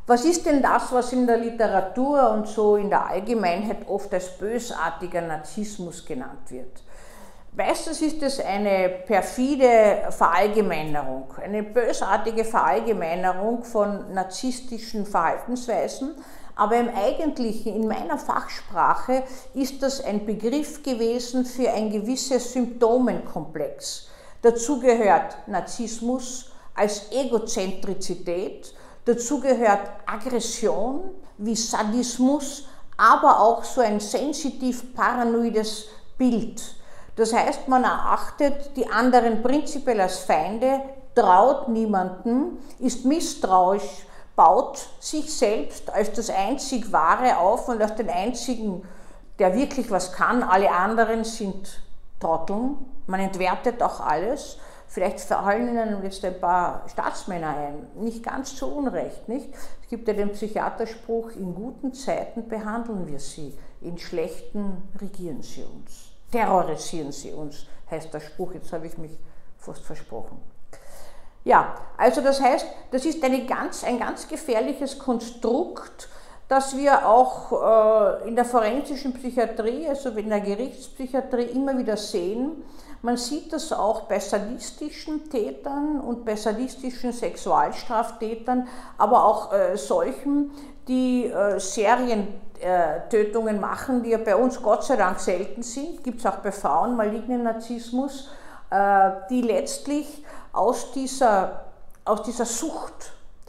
Was ist denn das, was in der Literatur und so in der Allgemeinheit oft als bösartiger Narzissmus genannt wird? Meistens ist es eine perfide Verallgemeinerung, eine bösartige Verallgemeinerung von narzisstischen Verhaltensweisen, aber im Eigentlichen, in meiner Fachsprache, ist das ein Begriff gewesen für ein gewisses Symptomenkomplex. Dazu gehört Narzissmus als Egozentrizität, dazu gehört Aggression wie Sadismus, aber auch so ein sensitiv-paranoides Bild. Das heißt, man erachtet die anderen prinzipiell als Feinde, traut niemandem, ist misstrauisch, baut sich selbst als das einzig Wahre auf und als den einzigen, der wirklich was kann. Alle anderen sind Trotteln. Man entwertet auch alles. Vielleicht fallen Ihnen jetzt ein paar Staatsmänner ein, nicht ganz zu Unrecht, nicht? Es gibt ja den Psychiaterspruch, in guten Zeiten behandeln wir sie, in schlechten regieren sie uns. Terrorisieren sie uns, heißt der Spruch, jetzt habe ich mich fast versprochen. Ja, also das heißt, das ist ein ganz gefährliches Konstrukt, das wir auch in der forensischen Psychiatrie, also in der Gerichtspsychiatrie immer wieder sehen. Man sieht das auch bei sadistischen Tätern und bei sadistischen Sexualstraftätern, aber auch solchen, die Serientötungen machen, die ja bei uns Gott sei Dank selten sind, gibt es auch bei Frauen malignen Narzissmus, die letztlich aus dieser Sucht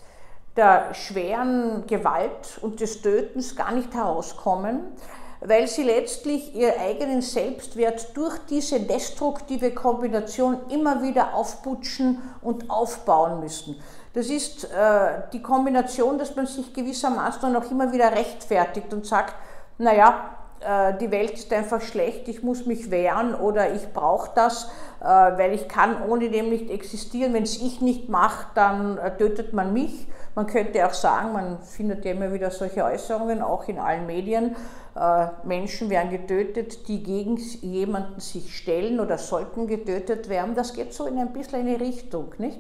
der schweren Gewalt und des Tötens gar nicht herauskommen, weil sie letztlich ihren eigenen Selbstwert durch diese destruktive Kombination immer wieder aufputschen und aufbauen müssen. Das ist die Kombination, dass man sich gewissermaßen noch immer wieder rechtfertigt und sagt, naja, die Welt ist einfach schlecht, ich muss mich wehren oder ich brauche das, weil ich kann ohne dem nicht existieren. Wenn es ich nicht mache, dann tötet man mich. Man könnte auch sagen, man findet ja immer wieder solche Äußerungen, auch in allen Medien, Menschen werden getötet, die gegen jemanden sich stellen oder sollten getötet werden. Das geht so in ein bisschen eine Richtung, nicht?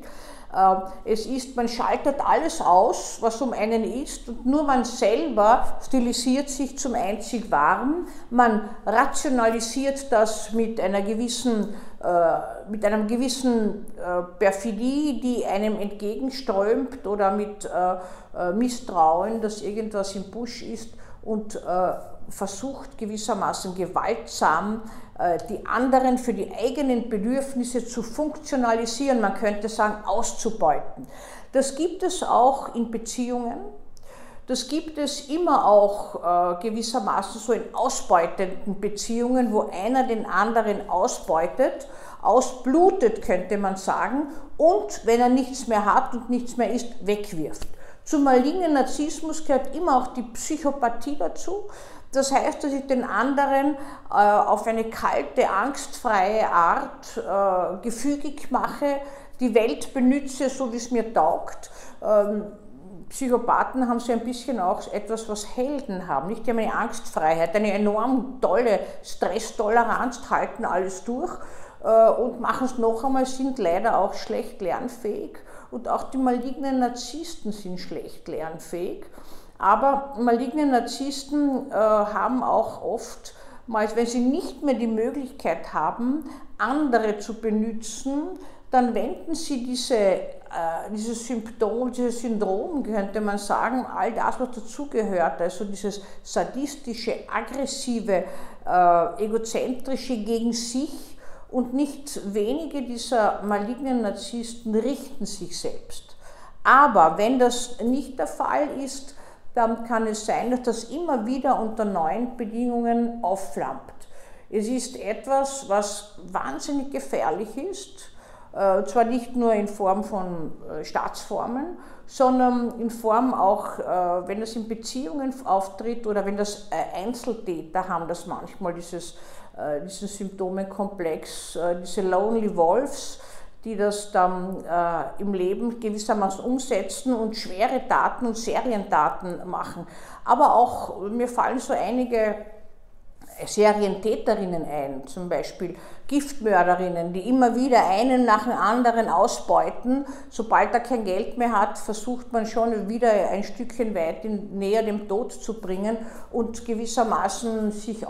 Es ist, man schaltet alles aus, was um einen ist, und nur man selber stilisiert sich zum einzig Wahren. Man rationalisiert das mit einer gewissen Perfidie, die einem entgegenströmt, oder mit Misstrauen, dass irgendwas im Busch ist, und versucht gewissermaßen gewaltsam die anderen für die eigenen Bedürfnisse zu funktionalisieren, man könnte sagen auszubeuten. Das gibt es auch in Beziehungen, das gibt es immer auch gewissermaßen so in ausbeutenden Beziehungen, wo einer den anderen ausbeutet, ausblutet könnte man sagen, und wenn er nichts mehr hat und nichts mehr ist, wegwirft. Zum malignen Narzissmus gehört immer auch die Psychopathie dazu. Das heißt, dass ich den anderen auf eine kalte, angstfreie Art gefügig mache, die Welt benütze, so wie es mir taugt. Psychopathen haben so ein bisschen auch etwas, was Helden haben. Nicht? Die haben eine Angstfreiheit, eine enorm tolle Stresstoleranz, halten alles durch und machen es noch einmal, sind leider auch schlecht lernfähig. Und auch die malignen Narzissten sind schlecht lernfähig. Aber maligne Narzissten haben auch oft, wenn sie nicht mehr die Möglichkeit haben, andere zu benützen, dann wenden sie dieses Symptom, dieses Syndrom, könnte man sagen, all das, was dazugehört, also dieses sadistische, aggressive, egozentrische gegen sich, und nicht wenige dieser malignen Narzissten richten sich selbst. Aber wenn das nicht der Fall ist, dann kann es sein, dass das immer wieder unter neuen Bedingungen aufflammt. Es ist etwas, was wahnsinnig gefährlich ist, zwar nicht nur in Form von Staatsformen, sondern in Form auch, wenn das in Beziehungen auftritt oder wenn das Einzeltäter haben, das manchmal diesen Symptomenkomplex, diese Lonely Wolves, die das dann im Leben gewissermaßen umsetzen und schwere Taten und Serientaten machen. Aber auch, mir fallen so einige Serientäterinnen ein, zum Beispiel Giftmörderinnen, die immer wieder einen nach dem anderen ausbeuten. Sobald er kein Geld mehr hat, versucht man schon wieder ein Stückchen weit näher dem Tod zu bringen und gewissermaßen sich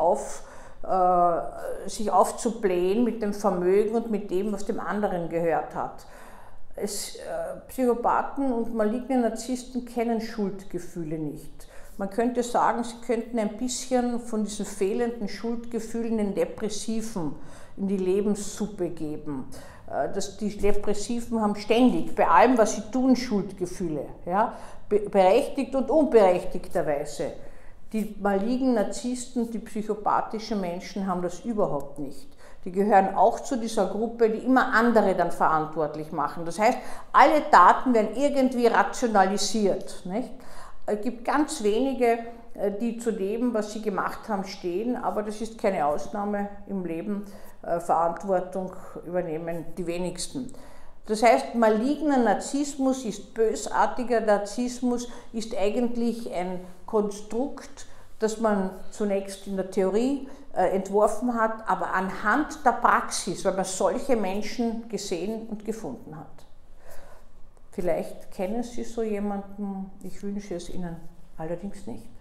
aufzublähen mit dem Vermögen und mit dem, was dem anderen gehört hat. Psychopathen und maligne Narzissten kennen Schuldgefühle nicht. Man könnte sagen, sie könnten ein bisschen von diesen fehlenden Schuldgefühlen den Depressiven in die Lebenssuppe geben. Die Depressiven haben ständig, bei allem, was sie tun, Schuldgefühle, ja? Berechtigt und unberechtigterweise. Die malignen Narzissten, die psychopathischen Menschen haben das überhaupt nicht. Die gehören auch zu dieser Gruppe, die immer andere dann verantwortlich machen. Das heißt, alle Taten werden irgendwie rationalisiert, nicht? Es gibt ganz wenige, die zu dem, was sie gemacht haben, stehen, aber das ist keine Ausnahme im Leben. Verantwortung übernehmen die wenigsten. Das heißt, maligner Narzissmus ist bösartiger Narzissmus, ist eigentlich ein Konstrukt, das man zunächst in der Theorie entworfen hat, aber anhand der Praxis, weil man solche Menschen gesehen und gefunden hat. Vielleicht kennen Sie so jemanden, ich wünsche es Ihnen allerdings nicht.